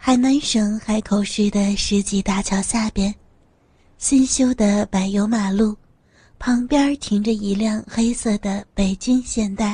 海南省海口市的世纪大桥下边，新修的柏油马路旁边停着一辆黑色的北京现代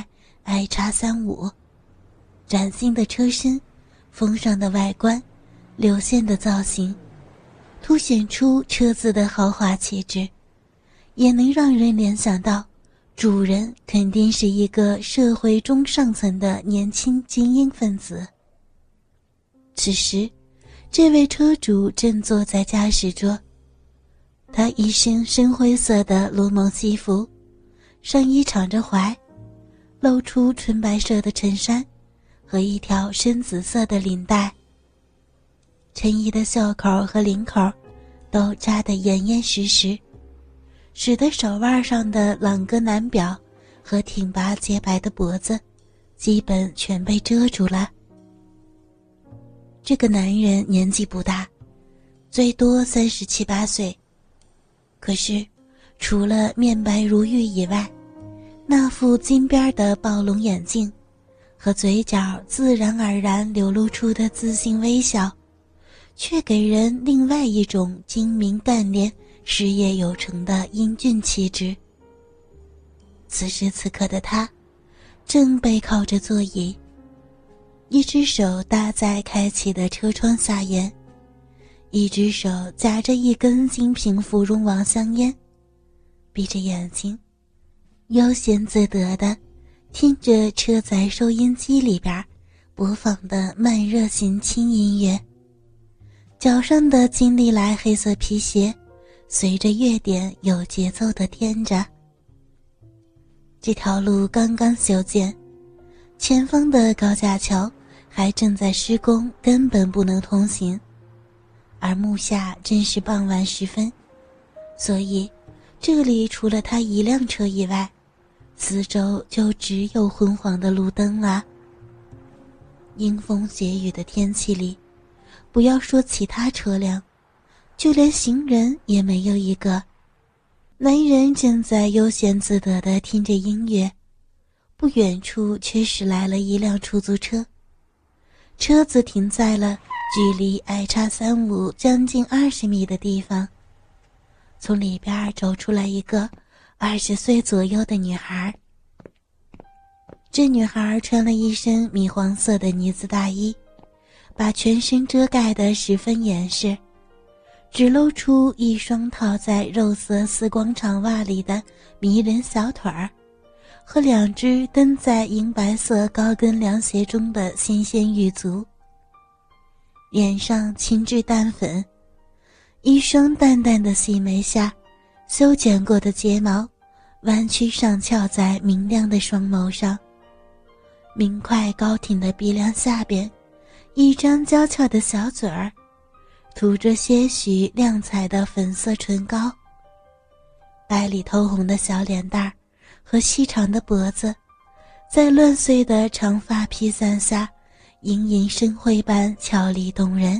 iX35， 崭新的车身，风尚的外观，流线的造型，凸显出车子的豪华气质，也能让人联想到主人肯定是一个社会中上层的年轻精英分子。此时，这位车主正坐在驾驶桌，他一身深灰色的卢蒙西服，上衣敞着怀，露出纯白色的衬衫和一条深紫色的领带，衬衣的袖口和领口都扎得严严实实，使得手腕上的朗格男表和挺拔洁白的脖子基本全被遮住了。这个男人年纪不大，最多37、8岁，可是除了面白如玉以外，那副金边的暴龙眼镜和嘴角自然而然流露出的自信微笑，却给人另外一种精明干练、事业有成的英俊气质。此时此刻的他正背靠着座椅，一只手搭在开启的车窗下沿，一只手夹着一根精品芙蓉王香烟，闭着眼睛悠闲自得地听着车载收音机里边播放的慢热型轻音乐，脚上的金利来黑色皮鞋随着乐点有节奏地颠着。这条路刚刚修建，前方的高架桥还正在施工，根本不能通行，而目下正是傍晚时分，所以这里除了他一辆车以外，四周就只有昏黄的路灯了。阴风斜雨的天气里，不要说其他车辆，就连行人也没有一个。男人正在悠闲自得地听着音乐，不远处却驶来了一辆出租车，车子停在了距离 iX35 将近20米的地方。从里边走出来一个20岁左右的女孩，这女孩穿了一身米黄色的呢子大衣，把全身遮盖得十分严实，只露出一双套在肉色丝光长袜里的迷人小腿儿，和两只蹬在银白色高跟凉鞋中的纤纤玉足。脸上轻置淡粉，一双淡淡的细眉下，修剪过的睫毛弯曲上翘在明亮的双眸上，明快高挺的鼻梁下边，一张娇俏的小嘴儿，涂着些许亮彩的粉色唇膏，白里透红的小脸蛋儿和细长的脖子，在乱碎的长发披散下，隐隐生辉般俏丽动人。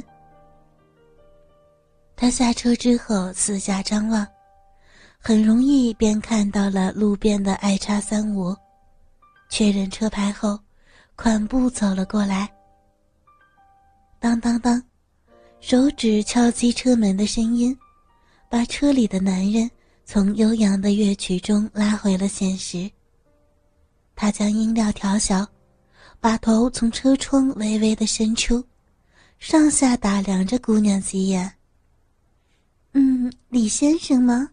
他下车之后四下张望，很容易便看到了路边的iX35，确认车牌后，款步走了过来。当当当，手指敲击车门的声音，把车里的男人从悠扬的乐曲中拉回了现实。他将音量调小，把头从车窗微微地伸出，上下打量着姑娘几眼。李先生吗？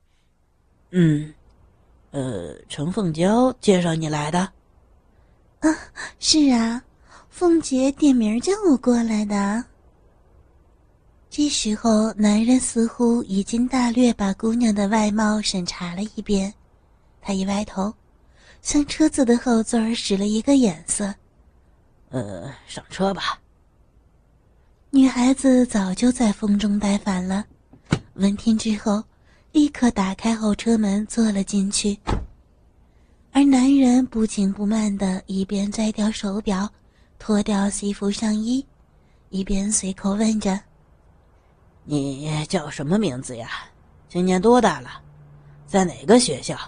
程凤娇介绍你来的。 啊，是啊，凤姐点名叫我过来的。这时候男人似乎已经大略把姑娘的外貌审查了一遍，他一歪头，向车子的后座使了一个眼色。 上车吧。 女孩子早就在风中待烦了，闻听之后立刻打开后车门坐了进去。而男人不紧不慢地一边摘掉手表，脱掉西服上衣，一边随口问着： 你叫什么名字呀？今年多大了？在哪个学校？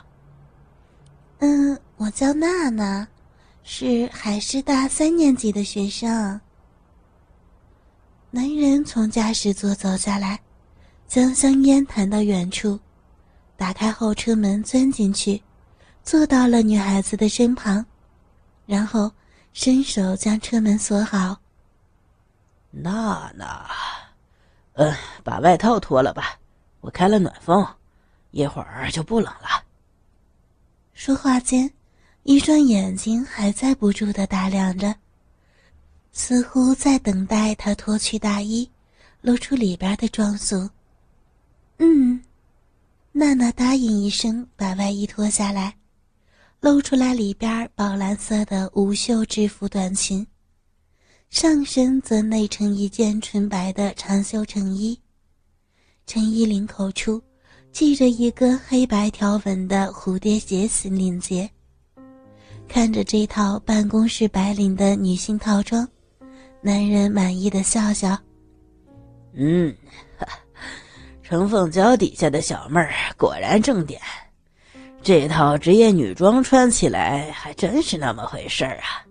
我叫娜娜，是海师大3年级的学生。 男人从驾驶座走下来，将香烟弹到远处，打开后车门钻进去，坐到了女孩子的身旁，然后伸手将车门锁好。 娜娜，把外套脱了吧，我开了暖风，一会儿就不冷了。 说话间，一双眼睛还在不住地打量着，似乎在等待他脱去大衣，露出里边的装束。娜娜答应一声，把外衣脱下来，露出来里边宝蓝色的无袖制服短裙，上身则内衬一件纯白的长袖衬衣，衬衣领口处系着一个黑白条纹的蝴蝶结型领结。看着这套办公室白领的女性套装，男人满意的笑笑。 乘凤脚底下的小妹儿果然正点，这套职业女装穿起来还真是那么回事儿啊。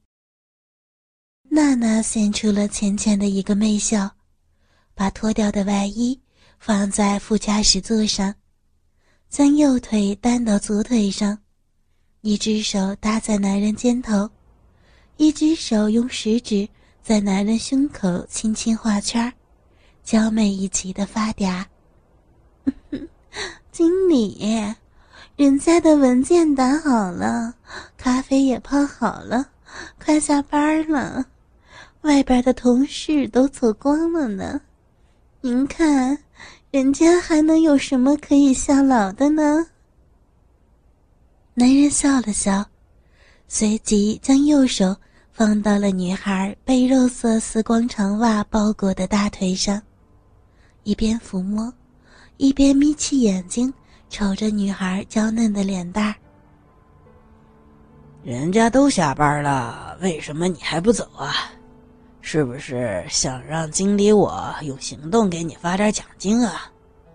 娜娜显出了浅浅的一个媚笑，把脱掉的外衣放在副驾驶座上，将右腿担到左腿上，一只手搭在男人肩头，一只手用食指在男人胸口轻轻画圈，娇媚一起的发嗲。经理，人家的文件打好了，咖啡也泡好了，快下班了，外边的同事都走光了呢，您看人家还能有什么可以效劳的呢？男人笑了笑，随即将右手放到了女孩被肉色丝光长袜包裹的大腿上，一边抚摸一边眯起眼睛瞅着女孩娇嫩的脸蛋。 人家都下班了，为什么你还不走啊？是不是想让经理我用行动给你发点奖金啊？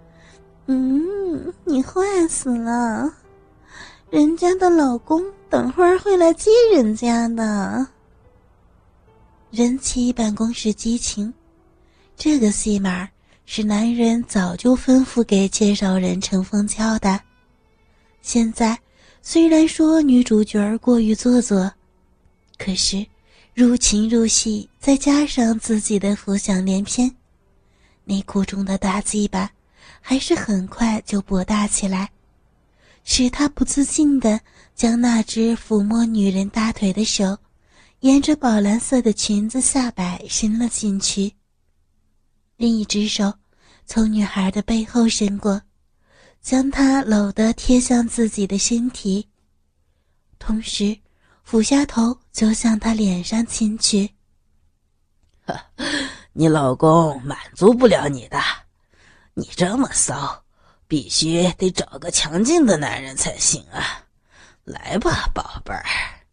你坏死了，人家的老公等会儿会来接人家的。人妻办公室激情，这个戏码是男人早就吩咐给介绍人乘风敲的。现在虽然说女主角过于做作，可是入情入戏，再加上自己的浮想联翩，内裤中的大鸡巴还是很快就勃大起来，使他不自禁地将那只抚摸女人大腿的手沿着宝蓝色的裙子下摆伸了进去，另一只手从女孩的背后伸过，将她搂得贴向自己的身体，同时俯下头就向她脸上亲去。 你老公满足不了你的，你这么骚，必须得找个强劲的男人才行啊！来吧，宝贝儿。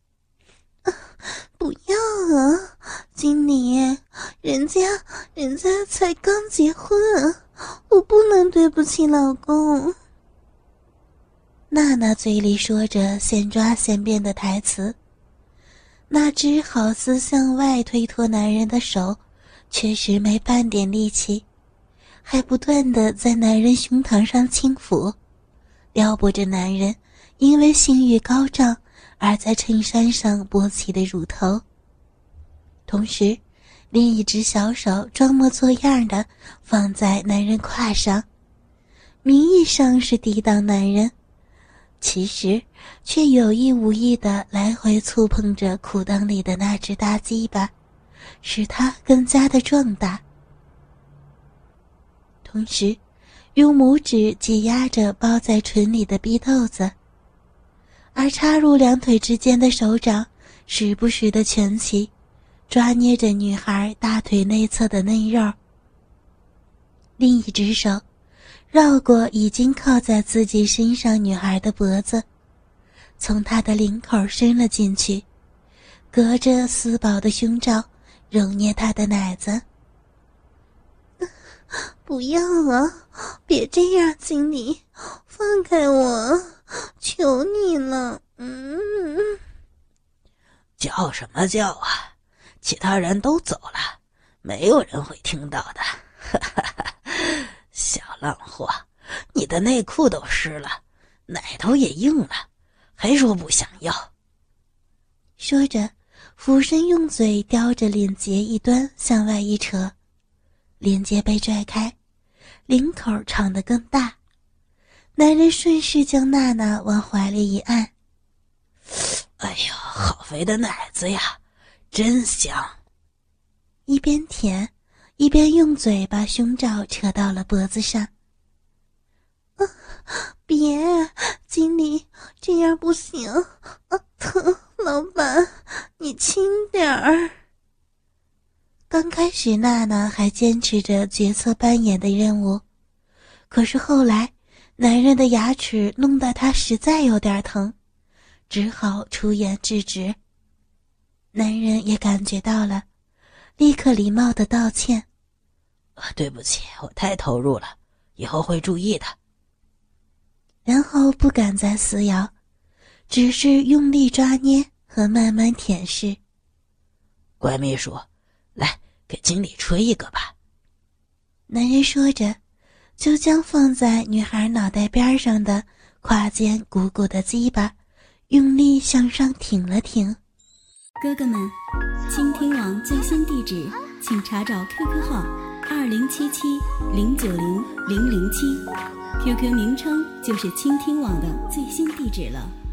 不要啊，经理，人家才刚结婚，我不能对不起老公。娜娜嘴里说着现抓现变的台词，那只好似向外推脱男人的手确实没半点力气，还不断地在男人胸膛上轻抚，撩拨着男人因为性欲高涨而在衬衫上勃起的乳头，同时另一只小手装模作样的放在男人胯上，名义上是抵挡男人，其实却有意无意的来回触碰着裤裆里的那只大鸡巴，使它更加的壮大，同时用拇指挤压着包在唇里的逼豆子，而插入两腿之间的手掌时不时地蜷起，抓捏着女孩大腿内侧的嫩肉，另一只手绕过已经靠在自己身上女孩的脖子，从她的领口伸了进去，隔着丝薄的胸罩揉捏她的奶子。不要啊，别这样，经理，放开我，求你了。 叫什么叫啊？其他人都走了， 没有人会听到的。小浪货，你的内裤都湿了，奶头也硬了，还说不想要。 说着，俯身用嘴叼着领结一端向外一扯，领结被拽开，领口敞得更大。男人顺势将娜娜往怀里一按。 哎呦，好肥的奶子呀，真香！ 一边舔，一边用嘴把胸罩扯到了脖子上。别，经理，这样不行，疼，老板，你轻点儿。刚开始娜娜还坚持着角色扮演的任务，可是后来男人的牙齿弄得她实在有点疼，只好出言制止。男人也感觉到了，立刻礼貌地道歉。 对不起，我太投入了，以后会注意的。 然后不敢再撕咬，只是用力抓捏和慢慢舔舐。 乖秘书，来给经理吹一个吧。 男人说着，就将放在女孩脑袋边上的胯间鼓鼓的鸡巴用力向上挺了挺。 哥哥们，倾听网最新地址请查找 QQ 号2077090007，QQ 名称就是倾听网的最新地址了。